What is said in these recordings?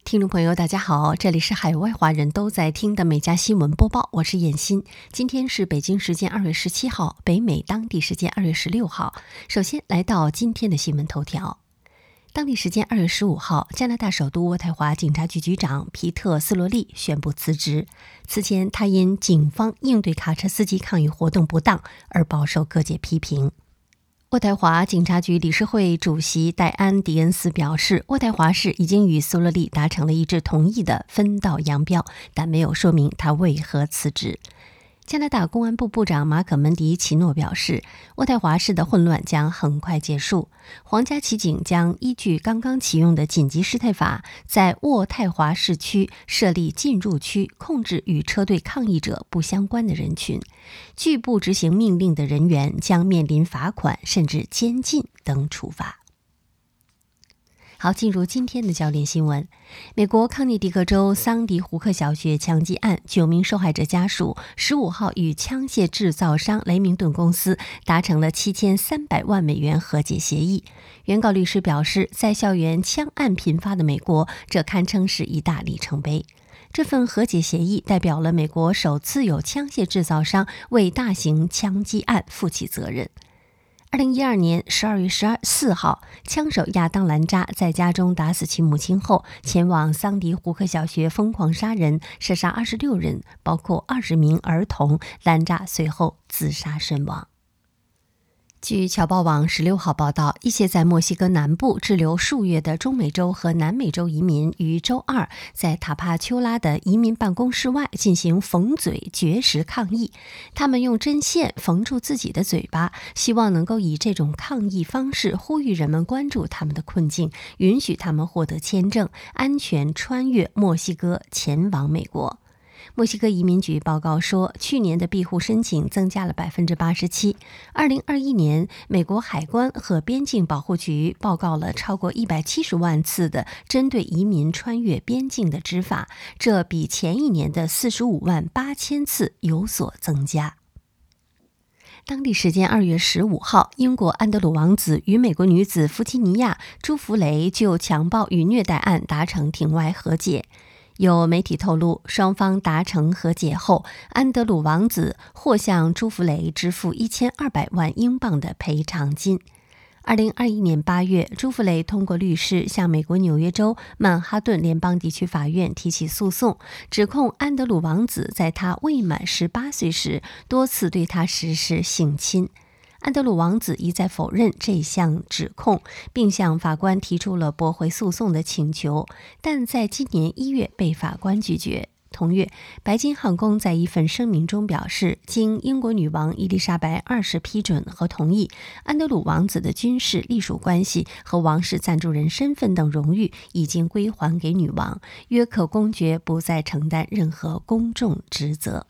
听众朋友，大家好，这里是海外华人都在听的美家新闻播报，我是燕欣。今天是北京时间2月17号，北美当地时间2月16号。首先来到今天的新闻头条。当地时间2月15号，加拿大首都渥太华警察局局长皮特·斯罗利宣布辞职。此前，他因警方应对卡车司机抗议活动不当而饱受各界批评。渥太华警察局理事会主席戴安·迪恩斯表示，渥太华市已经与斯洛利达成了一致同意的分道扬镳，但没有说明他为何辞职。加拿大公安部部长马可·门迪奇诺表示，渥太华市的混乱将很快结束。皇家骑警将依据刚刚启用的紧急事态法，在渥太华市区设立禁入区，控制与车队抗议者不相关的人群。拒不执行命令的人员将面临罚款甚至监禁等处罚。好，进入今天的焦点新闻。美国康涅狄格州桑迪胡克小学枪击案9名受害者家属15号与枪械制造商雷明顿公司达成了7300万美元和解协议。原告律师表示，在校园枪案频发的美国，这堪称是一大里程碑。这份和解协议代表了美国首次有枪械制造商为大型枪击案负起责任。2012年12月14号，枪手亚当·兰扎在家中打死其母亲后，前往桑迪胡克小学疯狂杀人，射杀26人，包括20名儿童。兰扎随后自杀身亡。据侨报网16号报道，一些在墨西哥南部滞留数月的中美洲和南美洲移民于周二在塔帕丘拉的移民办公室外进行缝嘴绝食抗议。他们用针线缝住自己的嘴巴，希望能够以这种抗议方式呼吁人们关注他们的困境，允许他们获得签证，安全穿越墨西哥前往美国。墨西哥移民局报告说，去年的庇护申请增加了87%。2021年，美国海关和边境保护局报告了超过170万次的针对移民穿越边境的执法，这比前一年的45万8千次有所增加。当地时间2月15号，英国安德鲁王子与美国女子弗吉尼亚·朱弗雷就强暴与虐待案达成庭外和解。有媒体透露，双方达成和解后，安德鲁王子或向朱弗雷支付1200万英镑的赔偿金。2021年8月，朱弗雷通过律师向美国纽约州曼哈顿联邦地区法院提起诉讼，指控安德鲁王子在他未满18岁时多次对他实施性侵。安德鲁王子一再否认这项指控，并向法官提出了驳回诉讼的请求，但在今年1月被法官拒绝。同月，白金汉宫在一份声明中表示，经英国女王伊丽莎白2世批准和同意，安德鲁王子的军事隶属关系和王室赞助人身份等荣誉已经归还给女王，约克公爵不再承担任何公众职责。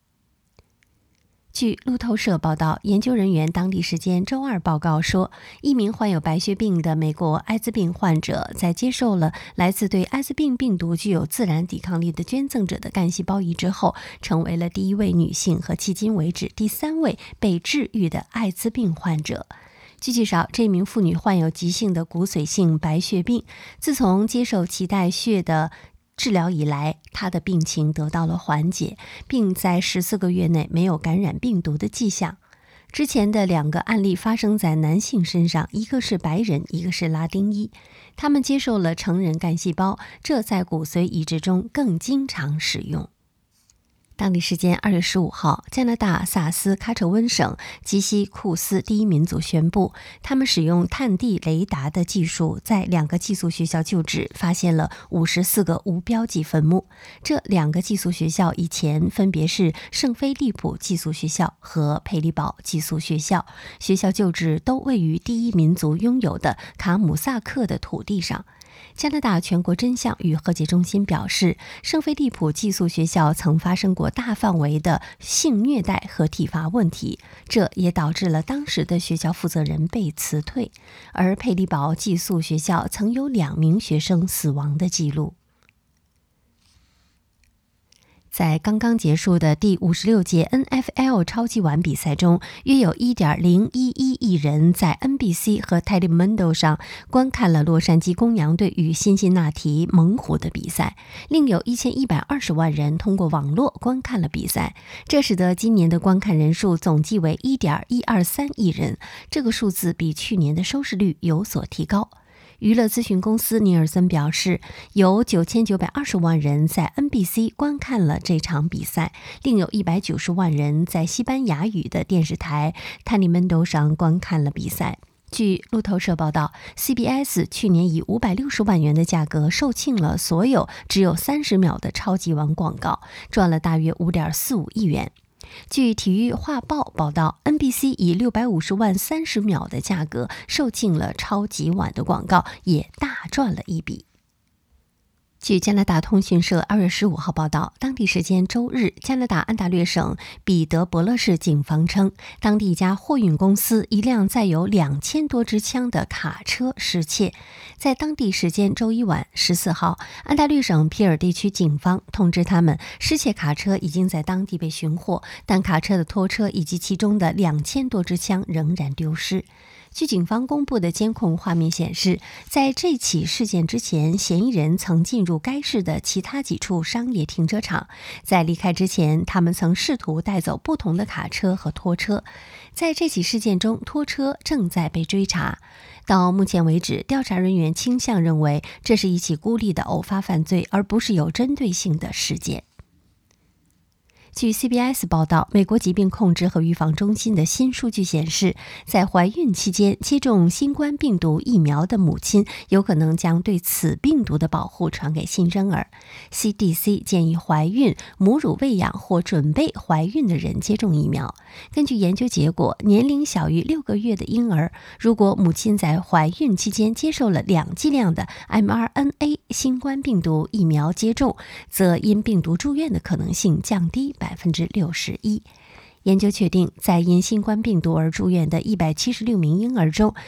据路透社报道，研究人员当地时间周二报告说，一名患有白血病的美国艾滋病患者在接受了来自对艾滋病病毒具有自然抵抗力的捐赠者的干细胞移植后，成为了第1位女性和迄今为止第3位被治愈的艾滋病患者。据介绍，这名妇女患有急性的骨髓性白血病，自从接受脐带血的治疗以来，他的病情得到了缓解，并在14个月内没有感染病毒的迹象。之前的2个案例发生在男性身上，一个是白人，一个是拉丁裔。他们接受了成人干细胞，这在骨髓移植中更经常使用。当地时间2月15号，加拿大萨斯喀彻温省基西库斯第一民族宣布，他们使用探地雷达的技术，在2个寄宿学校旧址发现了54个无标记坟墓。这2个寄宿学校以前分别是圣菲利普寄宿学校和佩里堡寄宿学校，学校旧址都位于第一民族拥有的卡姆萨克的土地上。加拿大全国真相与和解中心表示，圣菲利普寄宿学校曾发生过大范围的性虐待和体罚问题，这也导致了当时的学校负责人被辞退。而佩里堡寄宿学校曾有2名学生死亡的记录。 在刚刚结束的第56届 NFL 超级碗比赛中，约有 1.011 亿人在 NBC 和 Telemundo 上观看了洛杉矶公羊队与辛辛那提猛虎的比赛，另有1120万人通过网络观看了比赛，这使得今年的观看人数总计为 1.123 亿人，这个数字比去年的收视率有所提高。娱乐咨询公司尼尔森表示，有9920万人在 NBC 观看了这场比赛，另有190万人在西班牙语的电视台 Telemundo 上观看了比赛。据路透社报道， CBS 去年以560万元的价格售罄了所有只有30秒的超级碗广告，赚了大约 5.45 亿元。据体育画报报道， NBC 以650万30秒的价格售罄了超级碗的广告，也大赚了一笔。据加拿大通讯社2月15号报道，当地时间周日，加拿大安大略省彼得伯勒市警方称，当地一家货运公司一辆载有2000多支枪的卡车失窃。在当地时间周一晚14号，安大略省皮尔地区警方通知他们，失窃卡车已经在当地被寻获，但卡车的拖车以及其中的2000多支枪仍然丢失。据警方公布的监控画面显示，在这起事件之前，嫌疑人曾进入该市的其他几处商业停车场。在离开之前，他们曾试图带走不同的卡车和拖车。在这起事件中，拖车正在被追查。到目前为止，调查人员倾向认为这是一起孤立的偶发犯罪，而不是有针对性的事件。据 CBS 报道，美国疾病控制和预防中心的新数据显示，在怀孕期间接种新冠病毒疫苗的母亲有可能将对此病毒的保护传给新生儿。CDC 建议怀孕、母乳喂养或准备怀孕的人接种疫苗。根据研究结果，年龄小于6个月的婴儿，如果母亲在怀孕期间接受了2剂量的 mRNA 新冠病毒疫苗接种，则因病毒住院的可能性降低61%。研究确定，在因新冠病毒而住院的176名婴儿中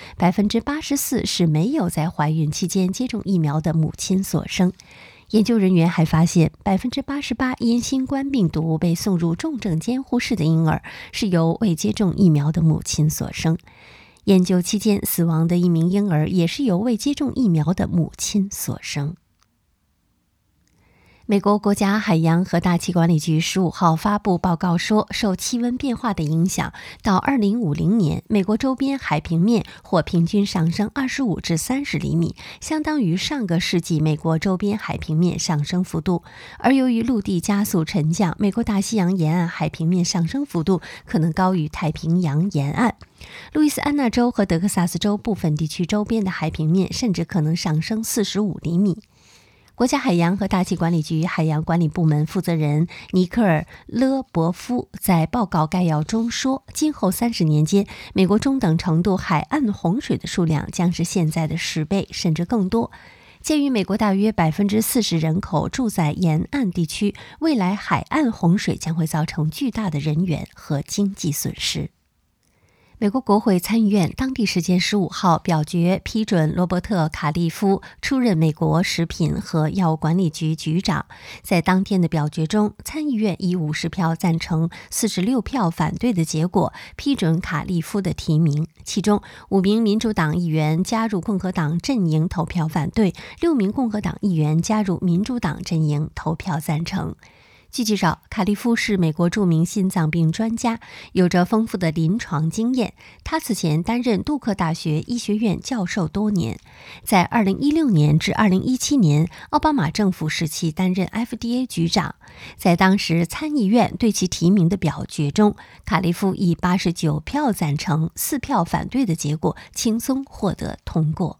，84%是没有在怀孕期间接种疫苗的母亲所生。研究人员还发现，88%因新冠病毒被送入重症监护室的婴儿是由未接种疫苗的母亲所生。研究期间死亡的一名婴儿也是由未接种疫苗的母亲所生。美国国家海洋和大气管理局15号发布报告说，受气温变化的影响，到2050年，美国周边海平面或平均上升25至30厘米，相当于上个世纪美国周边海平面上升幅度。而由于陆地加速沉降，美国大西洋沿岸海平面上升幅度可能高于太平洋沿岸。路易斯安那州和德克萨斯州部分地区周边的海平面甚至可能上升45厘米。国家海洋和大气管理局海洋管理部门负责人尼克尔·勒伯夫在报告概要中说，今后30年间，美国中等程度海岸洪水的数量将是现在的10倍甚至更多。鉴于美国大约40%人口住在沿岸地区，未来海岸洪水将会造成巨大的人员和经济损失。美国国会参议院当地时间15号表决批准罗伯特·卡利夫出任美国食品和药物管理局局长。在当天的表决中，参议院以50票赞成、46票反对的结果批准卡利夫的提名，其中5名民主党议员加入共和党阵营投票反对，6名共和党议员加入民主党阵营投票赞成。据介绍，卡利夫是美国著名心脏病专家，有着丰富的临床经验。他此前担任杜克大学医学院教授多年，在2016年至2017年奥巴马政府时期担任 FDA 局长。在当时参议院对其提名的表决中，卡利夫以89票赞成、4票反对的结果轻松获得通过。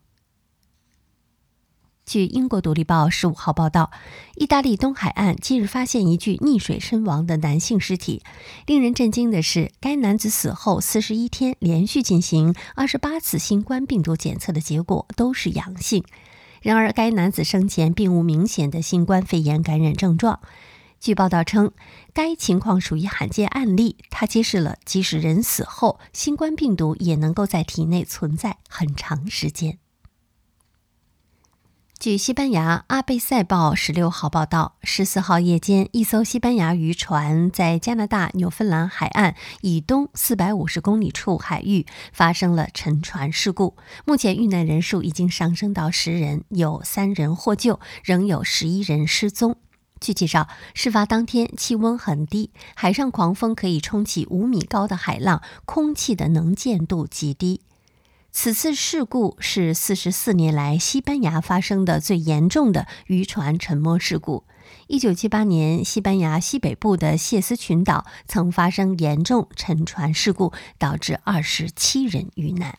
据英国独立报15号报道，意大利东海岸近日发现一具溺水身亡的男性尸体。令人震惊的是，该男子死后41天连续进行28次新冠病毒检测的结果都是阳性。然而，该男子生前并无明显的新冠肺炎感染症状。据报道称，该情况属于罕见案例，它揭示了即使人死后，新冠病毒也能够在体内存在很长时间。 据西班牙阿贝塞报16号报道，14号夜间，一艘西班牙渔船在加拿大纽芬兰海岸以东450公里处海域发生了沉船事故。目前遇难人数已经上升到10人，有3人获救，仍有11人失踪。据介绍，事发当天气温很低，海上狂风可以冲起5米高的海浪，空气的能见度极低。此次事故是44年来西班牙发生的最严重的渔船沉没事故。1978年，西班牙西北部的谢斯群岛曾发生严重沉船事故，导致27人遇难。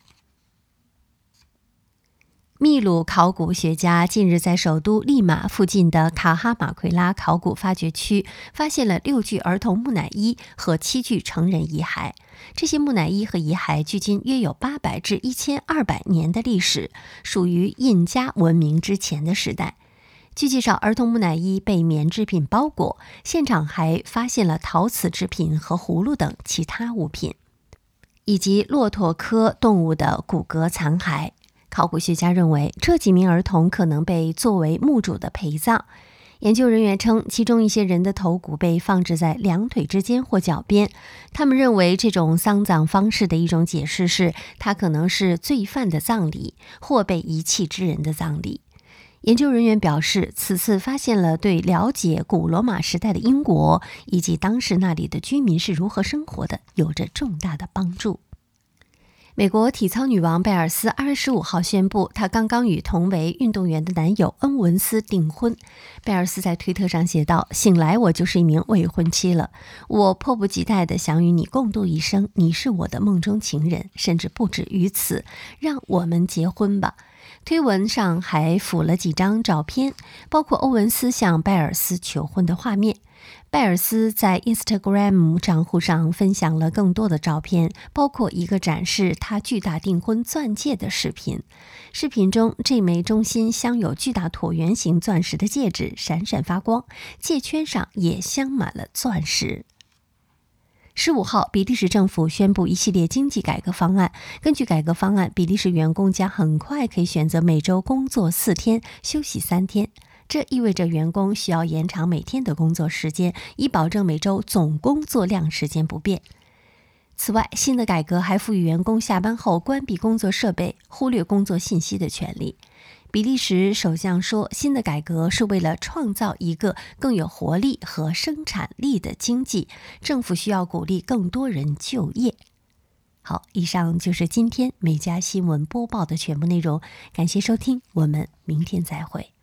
秘鲁考古学家近日在首都利马附近的卡哈马奎拉考古发掘区发现了6具儿童木乃伊和7具成人遗骸。这些木乃伊和遗骸距今约有800至1200年的历史，属于印加文明之前的时代。据介绍，儿童木乃伊被棉制品包裹，现场还发现了陶瓷制品和葫芦等其他物品，以及骆驼科动物的骨骼残骸。考古学家认为，这几名儿童可能被作为墓主的陪葬。研究人员称，其中一些人的头骨被放置在2腿之间或脚边。他们认为，这种丧葬方式的一种解释是，它可能是罪犯的葬礼或被遗弃之人的葬礼。研究人员表示，此次发现了对了解古罗马时代的英国以及当时那里的居民是如何生活的有着重大的帮助。美国体操女王贝尔斯2月15号宣布，她刚刚与同为运动员的男友恩文斯订婚。贝尔斯在推特上写道：“醒来，我就是一名未婚妻了。我迫不及待地想与你共度一生，你是我的梦中情人，甚至不止于此。让我们结婚吧。”推文上还附了几张照片，包括欧文斯向贝尔斯求婚的画面。贝尔斯在 Instagram 账户上分享了更多的照片，包括一个展示他巨大订婚钻戒的视频。视频中，这枚中心镶有巨大椭圆形钻石的戒指闪闪发光，戒圈上也镶满了钻石。15号，比利时政府宣布一系列经济改革方案。根据改革方案，比利时员工将很快可以选择每周工作4天，休息3天。这意味着员工需要延长每天的工作时间，以保证每周总工作量时间不变。此外，新的改革还赋予员工下班后关闭工作设备、忽略工作信息的权利。比利时首相说，新的改革是为了创造一个更有活力和生产力的经济，政府需要鼓励更多人就业。好，以上就是今天美家新闻播报的全部内容，感谢收听，我们明天再会。